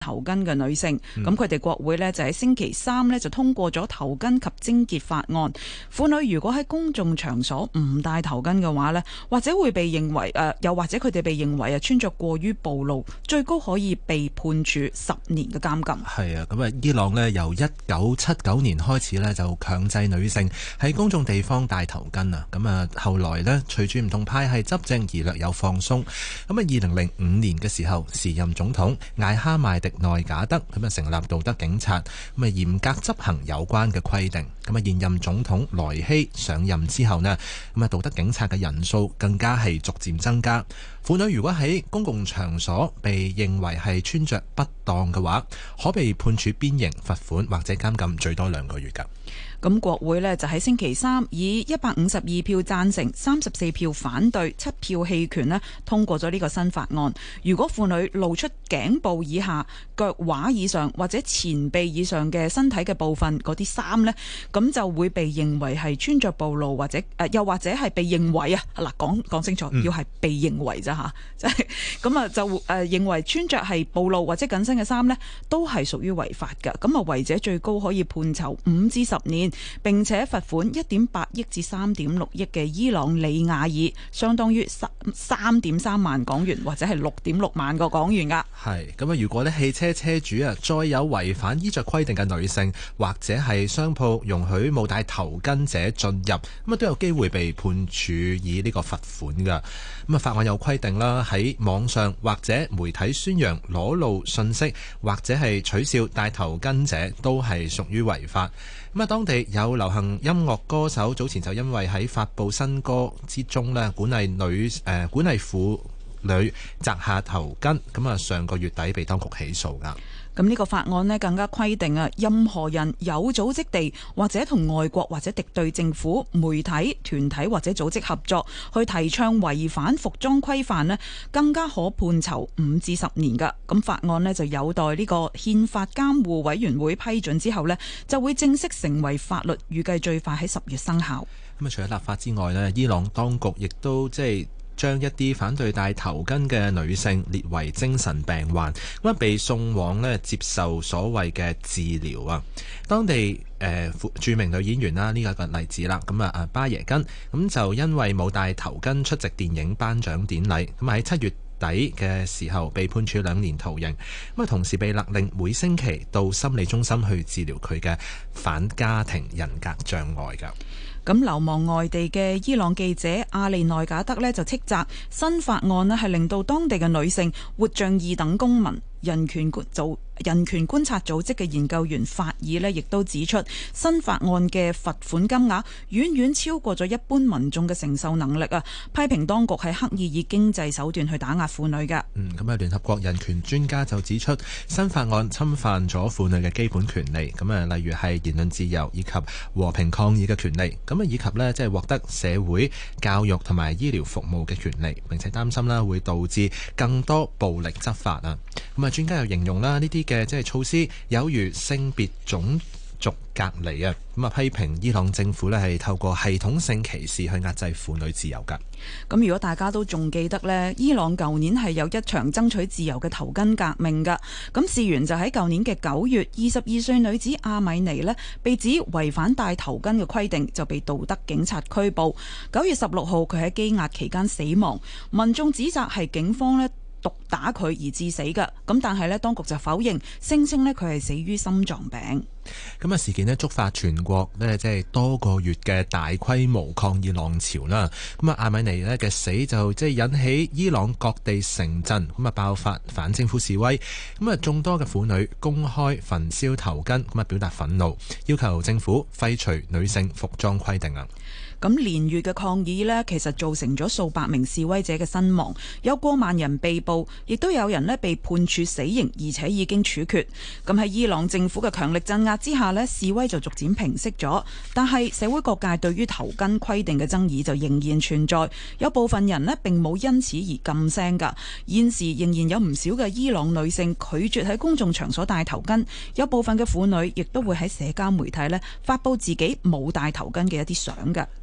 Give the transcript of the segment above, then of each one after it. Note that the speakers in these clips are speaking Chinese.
頭巾嘅女性，咁佢哋國會呢就喺星期三呢就通過咗頭巾及貞潔法案。婦女如果喺公眾場所唔戴頭巾嘅話呢，或者會被認為又或者佢哋被認為穿着過於暴露，最高可以被判處10年嘅監禁。 係啊，咁伊朗呢由1979年開始呢就強制女性喺公眾地方戴頭巾啊，咁後來呢隨住唔同派系執政而略有放鬆。咁2005年嘅時候，時任總統艾哈邁迪內賈德咁成立道德警察，咁嚴格執行有關嘅規定。咁現任總統萊希上任之後呢，咁道德警察嘅人數更加係逐漸增加。婦女如果喺公共場所被認為係穿着不當嘅話，可被判處鞭刑、罰款或者監禁最多2個月㗎。 咁國會呢就喺星期三以152票贊成、34票反對、7票棄權呢通過咗呢個新法案。如果婦女露出頸部以下、腳踝以上或者前臂以上嘅身體嘅部分嗰啲衫呢，咁就會被認為係穿着暴露，或者又或者係被認為講清楚，要係被認為啫嚇，即係咁就認為穿着係暴露或者緊身嘅衫呢都係屬於違法嘅。咁違者最高可以判囚5至10年。並且罰款1.8億至3.6億嘅伊朗里亞爾，相當於3.3萬港元或者係6.6萬個港元噶。 係咁如果呢汽車車主再有違反衣着規定嘅女性，或者係商鋪容許冇戴頭巾者進入，咁都有機會被判處以呢個罰款噶。咁法案有規定啦，喺網上或者媒體宣揚裸露信息，或者係取笑戴頭巾者，都係屬於違法。咁當地有流行音樂歌手早前就因為喺發佈新歌之中呢鼓勵婦女摘下頭巾，咁上個月底被當局起訴噶。 咁呢個法案呢更加規定任何人有組織地或者同外國或者敵對政府、媒體、團體或者組織合作，去提倡違反服裝規範呢，更加可判囚5至10年噶。咁法案呢就有待呢個憲法監護委員會批准之後呢，就會正式成為法律，預計最快喺10月生效。 咁除咗立法之外呢，伊朗當局亦都將一啲反對戴頭巾嘅女性列為精神病患，咁被送往接受所謂嘅治療啊。當地著名女演員啦，呢個例子啦，咁巴耶根咁就因為冇戴頭巾出席電影頒獎典禮，咁喺7月底嘅時候被判處2年徒刑，咁同時被勒令每星期到心理中心去治療佢嘅反家庭人格障礙㗎。 咁流亡外地嘅伊朗記者阿利內賈德呢就斥責新法案呢係令到當地嘅女性活像二等公民。人權觀察組織嘅研究員法爾呢亦都指出，新法案嘅罰款金額遠遠超過咗一般民眾嘅承受能力啊！批評當局係刻意以經濟手段去打壓婦女嘅。 咁聯合國人權專家就指出，新法案侵犯咗婦女嘅基本權利，咁例如係言論自由以及和平抗議嘅權利，咁以及呢即係獲得社會教育同埋醫療服務嘅權利，並且擔心啦會導致更多暴力執法啊！專家又形容啦，呢啲嘅措施有如性別種族隔離啊！批評伊朗政府係透過系統性歧視去壓制婦女自由㗎。 咁如果大家都仲記得呢，伊朗舊年係有一場爭取自由嘅頭巾革命㗎。咁事緣就喺舊年嘅9月，22歲女子阿米尼呢被指違反戴頭巾嘅規定，就被道德警察拘捕。9月16號佢喺羈押期間死亡，民眾指責係警方呢毒打佢而致死嘅，咁但係呢當局就否認，聲稱呢佢係死於心臟病。 事件呢觸發全國呢多個月嘅大規模抗議浪潮啦。阿米尼呢嘅死就引起伊朗各地城鎮爆發反政府示威，眾多嘅婦女公開焚燒頭巾，表達憤怒，要求政府廢除女性服裝規定啊。 咁連月嘅抗議呢，其實造成咗數百名示威者嘅身亡，有過萬人被捕，亦都有人呢被判處死刑，而且已經處決。咁喺伊朗政府嘅強力鎮壓之下呢，示威就逐漸平息咗，但係社會各界對於頭巾規定嘅爭議就仍然存在，有部分人呢並冇因此而噤聲㗎。現時仍然有唔少嘅伊朗女性拒絕喺公眾場所戴頭巾，有部分嘅婦女亦都會喺社交媒體呢發佈自己冇戴頭巾嘅一啲相㗎。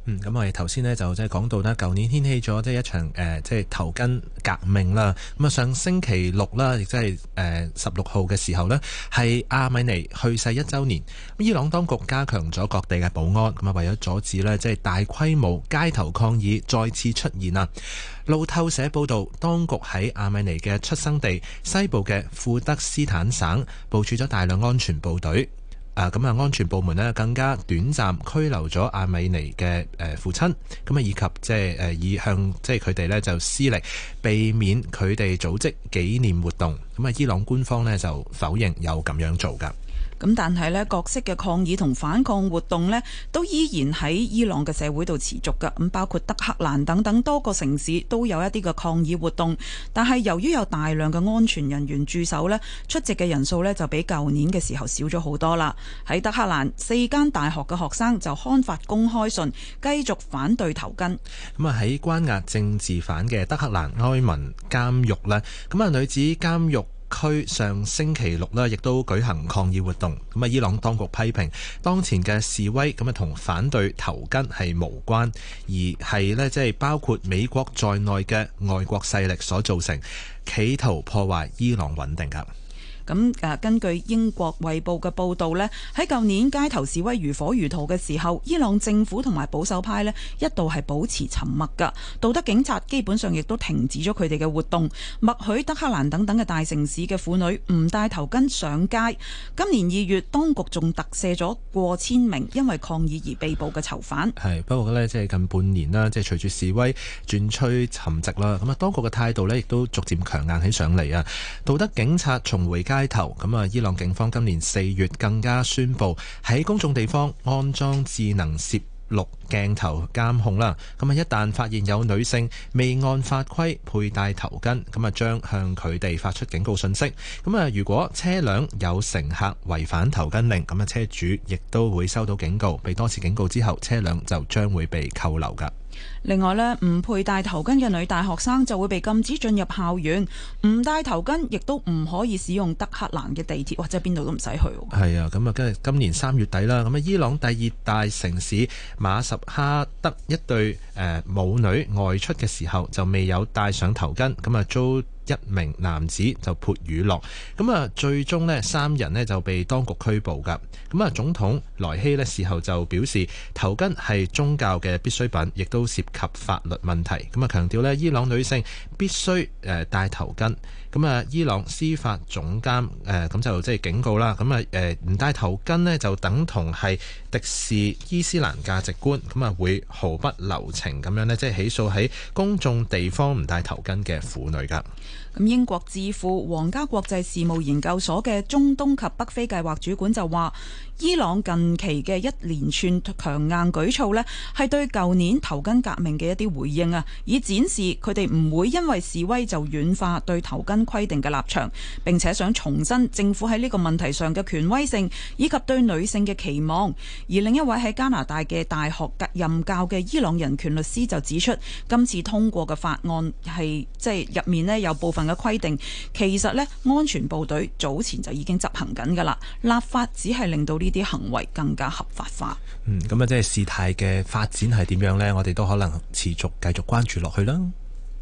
咁我哋頭先呢，就即係講到啦，舊年掀起咗即係一場即係頭巾革命啦。咁啊上星期六啦，亦即係16號嘅時候呢，係阿米尼去世1週年。伊朗當局加強咗各地嘅保安，咁啊為咗阻止呢，即係大規模街頭抗議再次出現啊。路透社報道，當局喺阿米尼嘅出生地西部嘅庫德斯坦省部署咗大量安全部隊。安全部門呢更加短暫拘留咗阿米尼嘅父親，咁啊以及即係以向即係佢哋呢就施力，避免佢哋組織紀念活動。咁啊，伊朗官方呢就否認有咁樣做㗎。 咁但係呢，各式嘅抗議同反抗活動呢，都依然喺伊朗嘅社會度持續㗎。咁包括德黑蘭等等多個城市都有一啲嘅抗議活動，但係由於有大量嘅安全人員駐守呢，出席嘅人數呢就比舊年嘅時候少咗好多啦。喺德黑蘭4間大學嘅學生就刊發公開信，繼續反對頭巾。 咁啊喺關押政治犯嘅德黑蘭埃文監獄呢，咁啊女子監獄區上星期六呢亦都舉行抗議活動。咁啊，伊朗當局批評當前嘅示威咁啊同反對頭巾係無關，而係呢即係包括美國在內嘅外國勢力所造成，企圖破壞伊朗穩定㗎。 咁根據英國衛報嘅報導呢，喺舊年街頭示威如火如荼嘅時候，伊朗政府同埋保守派呢一度係保持沉默㗎，道德警察基本上亦都停止咗佢哋嘅活動，默許德黑蘭等等嘅大城市嘅婦女唔戴頭巾上街。今年2月，當局仲特赦咗過千名因為抗議而被捕嘅囚犯。 係不過呢，即係近半年啦，即係隨住示威轉趨沉寂啦，咁啊，當局嘅態度呢亦都逐漸強硬起上嚟啊。道德警察重回街頭，咁啊，伊朗警方今年4月更加宣布喺公眾地方安裝智能攝錄鏡頭監控啦。咁啊，一旦發現有女性未按法規佩戴頭巾，咁啊將向佢哋發出警告信息。咁啊，如果車輛有乘客違反頭巾令，咁啊車主亦都會收到警告，被多次警告之後，車輛就將會被扣留㗎。 另外呢，唔佩戴頭巾嘅女大學生就會被禁止進入校園，唔戴頭巾亦都唔可以使用德黑蘭嘅地鐵，或者邊度都唔使去。 係啊，咁啊，跟住今年3月底啦，咁啊，伊朗第2大城市馬什哈德一對母女外出嘅時候就未有戴上頭巾，咁啊遭一名男子就潑雨落，咁啊最終呢3人呢就被當局拘捕㗎。咁啊總統萊希呢事後就表示，頭巾係宗教嘅必需品，亦都涉及法律問題。咁啊強調呢伊朗女性必須戴頭巾。咁啊伊朗司法總監咁就即係警告啦。咁啊唔戴頭巾呢就等同係敵視伊斯蘭價值觀，咁啊會毫不留情咁樣呢，即係起訴喺公眾地方唔戴頭巾嘅婦女㗎。 咁英國智庫皇家國際事務研究所嘅中東及北非計劃主管就話，伊朗近期嘅一連串強硬舉措呢，係對舊年頭巾革命嘅一啲回應啊，以展示佢哋唔會因為示威就軟化對頭巾規定嘅立場，並且想重申政府喺呢個問題上嘅權威性以及對女性嘅期望。而另一位喺加拿大嘅大學任教嘅伊朗人權律師就指出，今次通過嘅法案係即係入面呢有部分嘅規定，其實呢安全部隊早前就已經執行緊㗎啦，立法只係令到呢啲行為更加合法化。 咁啊，即係事態嘅發展係點樣呢？我哋都可能持續繼續關注落去啦。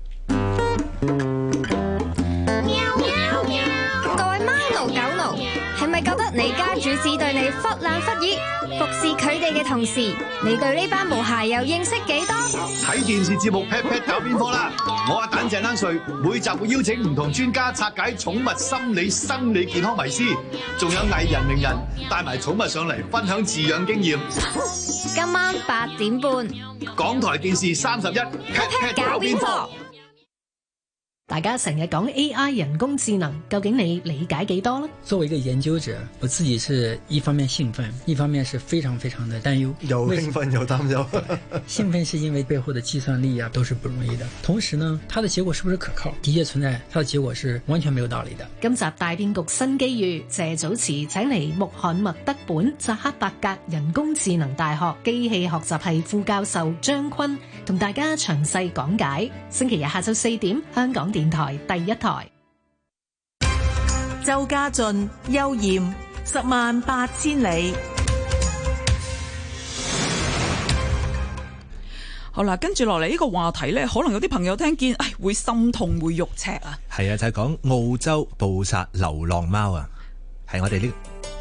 各位貓奴狗奴，係咪覺得你家主子對你忽冷忽熱？服侍佢哋嘅同時，你對呢班毛孩又認識幾多？ 睇電視節目 Pet Pet 搞邊科啦！我阿蛋鄭丹瑞每集會邀請唔同專家拆解寵物心理生理健康迷思，仲有藝人名人帶埋寵物上嚟分享飼養經驗。 今晚8點半， 港台電視31 Pet Pet 搞邊科。 大家成日講 AI 人工智能，究竟你理解幾多呢？ 作為一個研究者，我自己是一方面興奮，一方面是非常非常的擔憂。 有興奮有擔憂。 興奮是因為背後的計算力啊都是不容易的，同時呢，它的結果是不是可靠？的確存在，它的結果是完全沒有道理的。 今集大變局新機遇，謝祖慈請嚟穆罕默德本扎克伯格人工智能大學機器學習系副教授張坤同大家詳細講解。星期日下晝4點，香港電台第一台。 周家俊、邱艷，108000里。 好啦，跟住落嚟呢個話題呢，可能有啲朋友聽見，會心痛會肉赤啊。 係啊，就係講澳洲捕殺流浪貓啊，係我哋呢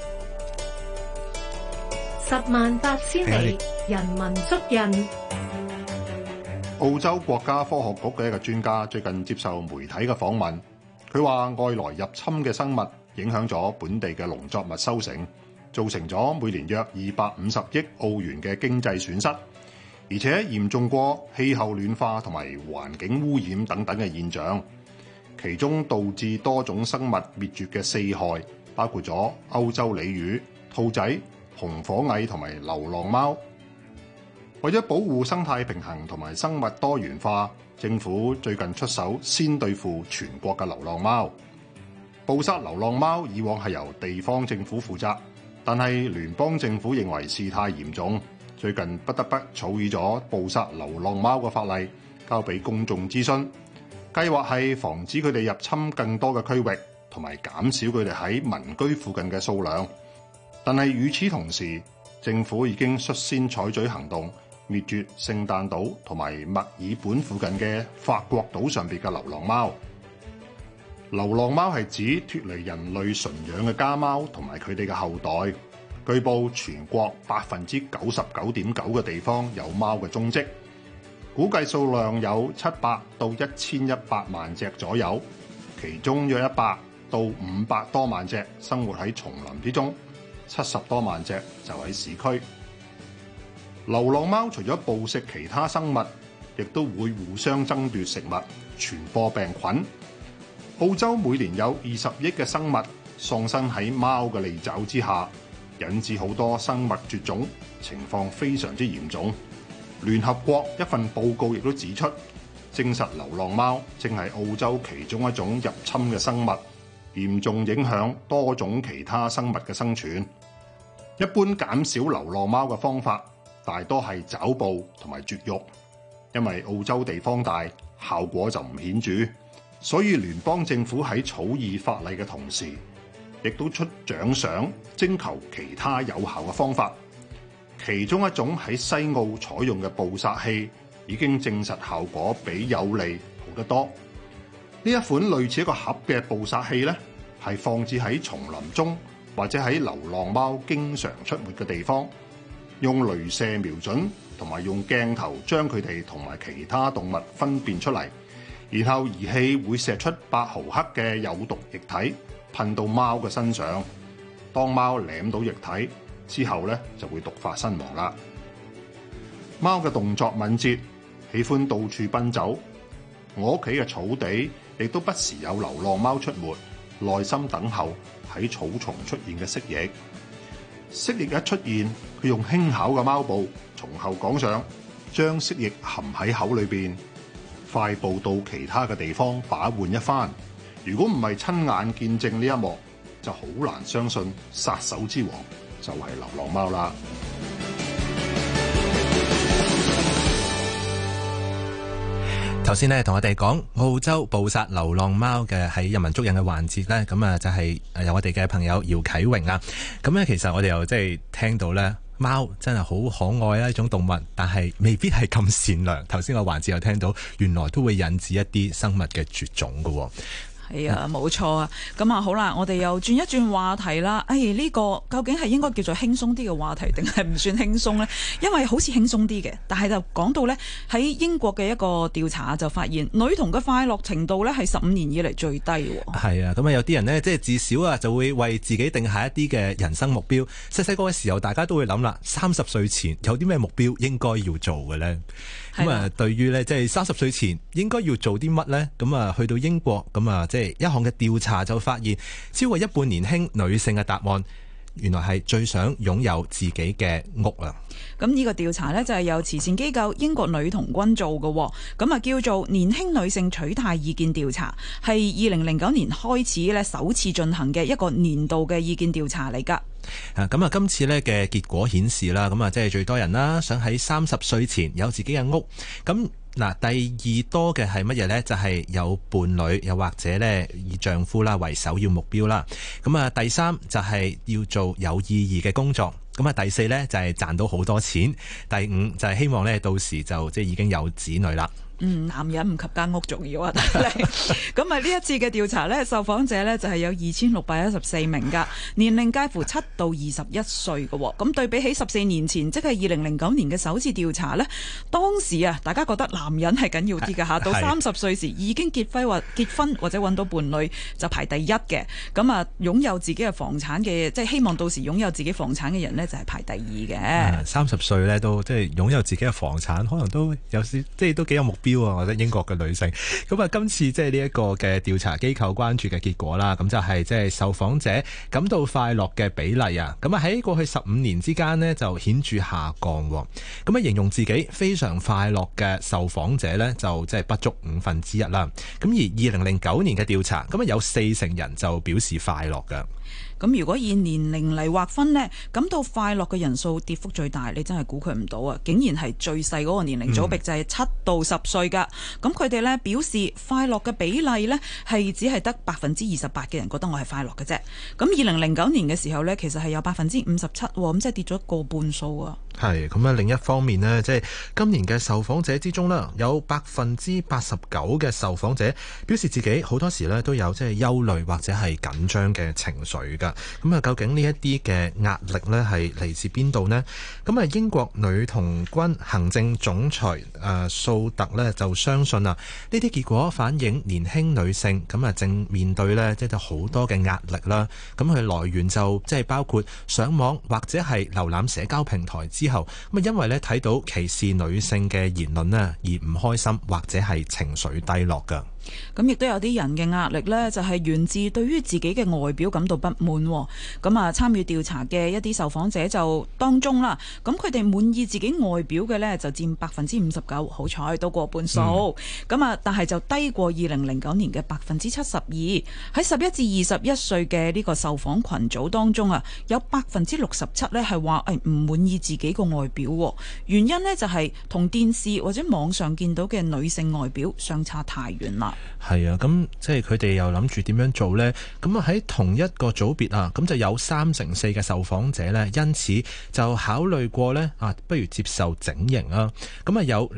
108000里人文足印。 澳洲國家科學局嘅一個專家最近接受媒體嘅訪問，佢話外來入侵嘅生物影響咗本地嘅農作物收成，造成咗每年約250億澳元嘅經濟損失，而且嚴重過氣候暖化同埋環境污染等等嘅現象。其中導致多種生物滅絕嘅4害，包括咗歐洲鯉魚、兔仔、紅火蟻同埋流浪貓。為咗保護生態平衡同埋生物多元化，政府最近出手先對付全國嘅流浪貓。捕殺流浪貓以往係由地方政府負責，但係聯邦政府認為事態嚴重，最近不得不草擬咗捕殺流浪貓嘅法例，交俾公眾諮詢。計劃係防止佢哋入侵更多嘅區域，同埋減少佢哋喺民居附近嘅數量。但係與此同時，政府已經率先採取行動，滅絕聖誕島同埋墨爾本附近嘅法國島上邊嘅流浪貓。流浪貓係指脫離人類馴養嘅家貓同埋佢哋嘅後代。據報全國99.9%嘅地方有貓嘅蹤跡，估計數量有700到1100萬隻左右，其中約100到500多萬隻生活喺叢林之中，70多萬隻就喺市區。流浪貓除咗捕食其他生物，亦都會互相爭奪食物，傳播病菌。澳洲每年有20億嘅生物喪生喺貓嘅利爪之下，引致好多生物絕種，情況非常之嚴重。聯合國一份報告亦都指出，證實流浪貓正係澳洲其中一種入侵嘅生物，嚴重影響多種其他生物嘅生存。一般減少流浪貓嘅方法，大多係抓捕同埋絕育，因為澳洲地方大，效果就唔顯著，所以聯邦政府喺草擬法例嘅同時，亦都出獎賞徵求其他有效嘅方法。其中一種喺西澳採用嘅捕殺器已經證實效果比有利好得多。呢一款類似一個盒嘅捕殺器呢，係放置喺叢林中或者喺流浪貓經常出沒嘅地方，用鐳射瞄準同埋用鏡頭將佢哋同埋其他動物分辨出嚟，然後儀器會射出8毫克嘅有毒液體噴到貓嘅身上，當貓舐到液體之後咧，就會毒發身亡啦。貓嘅動作敏捷，喜歡到處奔走。我屋企嘅草地亦都不時有流浪貓出沒，耐心等候喺草叢出現嘅蜥蜴。蜥蜴一出現，佢用輕巧嘅貓步從後趕上，將蜥蜴含喺口裏邊，快步到其他嘅地方把玩一番。如果唔係親眼見證呢一幕，就好難相信殺手之王就係流浪貓啦。 頭先咧同我哋講澳洲捕殺流浪貓嘅喺人文足印嘅環節咧，咁啊就係由我哋嘅朋友姚啟榮啊。咁咧其實我哋又即係聽到咧，貓真係好可愛啦，一種動物，但係未必係咁善良。頭先個環節又聽到，原來都會引致一啲生物嘅絕種㗎。 係啊，冇錯啊。咁啊，好啦，我哋又轉一轉話題啦。呢個究竟係應該叫做輕鬆啲嘅話題，定係唔算輕鬆呢？因為好似輕鬆啲嘅，但係就講到呢，喺英國嘅一個調查就發現，女童嘅快樂程度呢係15年以嚟最低。 係啊，咁啊有啲人呢，即係至少啊就會為自己定下一啲嘅人生目標。細細個嘅時候，大家都會諗啦，30歲前有啲咩目標應該要做嘅呢？咁啊，對於呢，即係30歲前應該要做啲乜呢？咁啊，去到英國咁啊，即係一項嘅調查就發現，超過一半年輕女性嘅答案，原來係最想擁有自己嘅屋啊！ 咁呢個調查呢，就係由慈善機構英國女童軍做嘅，咁啊叫做年輕女性取態意見調查，係2009年開始呢首次進行嘅一個年度嘅意見調查嚟㗎。 咁啊，今次呢嘅結果顯示啦，咁啊即係最多人啦，想喺30歲前有自己嘅屋。咁嗱，第二多嘅係乜嘢呢？就係有伴侶，又或者呢以丈夫啦為首要目標啦。咁啊，第三就係要做有意義嘅工作。 咁啊，第4呢，就係賺到好多錢，第5就係希望呢，到時就即係已經有子女啦。 男人唔及間屋重要啊！咁啊，呢一次嘅調查呢，受訪者呢就係有2614名㗎，年齡介乎7到21歲嘅。咁對比起14年前，即係2009年嘅首次調查呢，當時啊，大家覺得男人係緊要啲㗎嚇，到30歲時已經結婚或者揾到伴侶就排第1嘅。咁啊，擁有自己嘅房產嘅，即係希望到時擁有自己房產嘅人呢，就係排第2嘅。 30歲呢，都即係擁有自己嘅房產，可能都有時即係都幾有目標。或者英國嘅女性，咁啊，今次即係呢一個嘅調查機構關注嘅結果啦，咁就係即係受訪者感到快樂嘅比例啊，咁啊喺過去15年之間呢，就顯著下降，咁啊形容自己非常快樂嘅受訪者呢，就即係不足1/5啦，咁而2009年嘅調查，咁啊有40%人就表示快樂㗎。 咁如果以年齡嚟劃分呢，感到快樂嘅人數跌幅最大，你真係估佢唔到啊！竟然係最細嗰個年齡組別，就係7到10歲㗎。咁佢哋呢表示快樂嘅比例呢，係只係得28%嘅人覺得我係快樂嘅啫。咁2009年嘅時候呢，其實係有57%，咁即係跌咗個半數啊。 係咁啊！另一方面呢，即係今年嘅受訪者之中呢，有89%嘅受訪者表示自己好多時呢都有即係憂慮或者係緊張嘅情緒㗎。咁啊，究竟呢一啲嘅壓力呢係嚟自邊度呢？咁啊，英國女童軍行政總裁素特呢就相信啊，呢啲結果反映年輕女性咁啊正面對呢即係好多嘅壓力啦。咁佢來源就即係包括上網或者係瀏覽社交平台之後，咁啊因為呢睇到歧視女性嘅言論呢而唔開心或者係情緒低落㗎。 咁亦都有啲人嘅壓力呢，就係源自對於自己嘅外表感到不滿。咁啊，參與調查嘅一啲受訪者就當中啦，咁佢哋滿意自己外表嘅呢，就佔59%，好彩都過半數。咁啊，但係就低過2009年嘅72%。喺11至21歲嘅呢個受訪群組當中啊，有67%呢係話唔滿意自己個外表。原因呢，就係同電視或者網上見到嘅女性外表相差太遠啦。 係啊，咁即係佢哋又諗住點樣做呢？咁啊喺同一個組別啊，咁就有3/4嘅受訪者呢，因此就考慮過呢，不如接受整形啊。咁啊有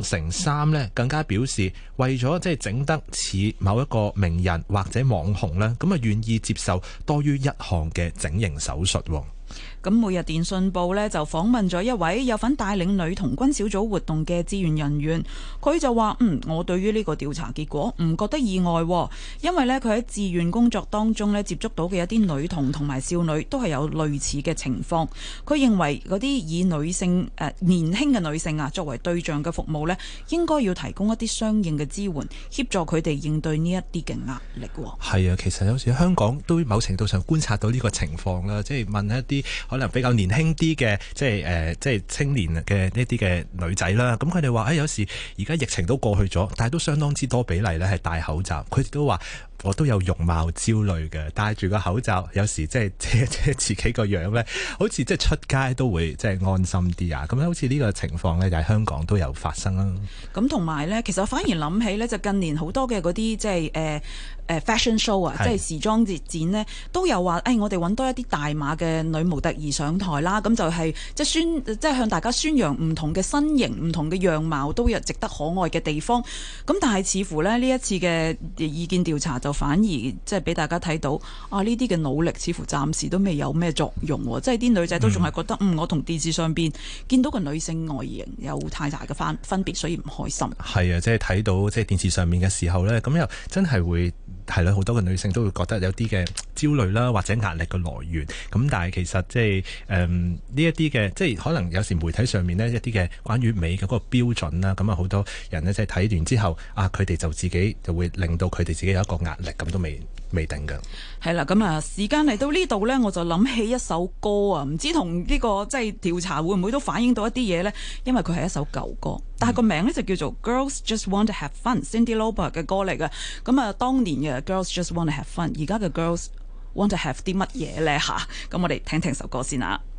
2/3呢更加表示為咗即係整得似某一個名人或者網紅呢，咁啊願意接受多於一項嘅整形手術。 咁每日電訊報呢就訪問咗一位有份帶領女童軍小組活動嘅志願人員，佢就話：我對於呢個調查結果唔覺得意外，因為呢，佢喺志願工作當中呢接觸到嘅一啲女童同埋少女都係有類似嘅情況。佢認為嗰啲以女性年輕嘅女性作為對象嘅服務呢，應該要提供一啲相應嘅支援，協助佢哋應對呢一啲嘅壓力。 係啊，其實有時香港都某程度上觀察到呢個情況啦，即係問一啲可能比較年輕啲嘅，即係青年嘅呢啲嘅女仔啦。咁佢哋話有時而家疫情都過去咗，但係都相當之多比例咧係戴口罩。佢哋都話我都有容貌焦慮嘅，戴住個口罩有時即係遮自己個樣咧，好似即係出街都會即係安心啲啊。咁好似呢個情況咧，就喺香港都有發生啦。咁同埋咧，其實我反而諗起咧，就近年好多嘅嗰啲即係fashion show 啊，即係時裝展呢，都有話我哋揾多一啲大碼嘅女模特兒上台啦，咁就係即係向大家宣揚唔同嘅身形、唔同嘅樣貌都有值得可愛嘅地方。咁但係似乎咧呢一次嘅意見調查就反而即係俾大家睇到呢啲嘅努力似乎暫時都未有咩作用喎，即係啲女仔都仲係覺得我同電視上邊見到個女性外形有太大嘅分別，所以唔開心。 係啊，即係睇到即係電視上面嘅時候呢，咁又真係會係啦，好多嘅女性都會覺得有啲嘅焦慮啦，或者壓力嘅來源。咁但係其實即係呢一啲嘅，即係可能有時媒體上面呢一啲嘅關於美嘅嗰個標準啦，咁啊好多人呢，即係睇完之後佢哋就自己就會令到佢哋自己有一個壓力，咁都未定㗎。係啦，咁啊時間嚟到呢度呢，我就諗起一首歌啊，唔知同呢個即係調查會唔會都反映到一啲嘢呢？因為佢係一首舊歌，但係個名呢就叫做 Girls Just Want to Have Fun，Cyndi Lauper 嘅歌嚟嘅。咁啊當年嘅 Girls Just Want to Have Fun，而家嘅 Girls Want to Have 啲乜嘢呢？咁我哋聽首歌先啊。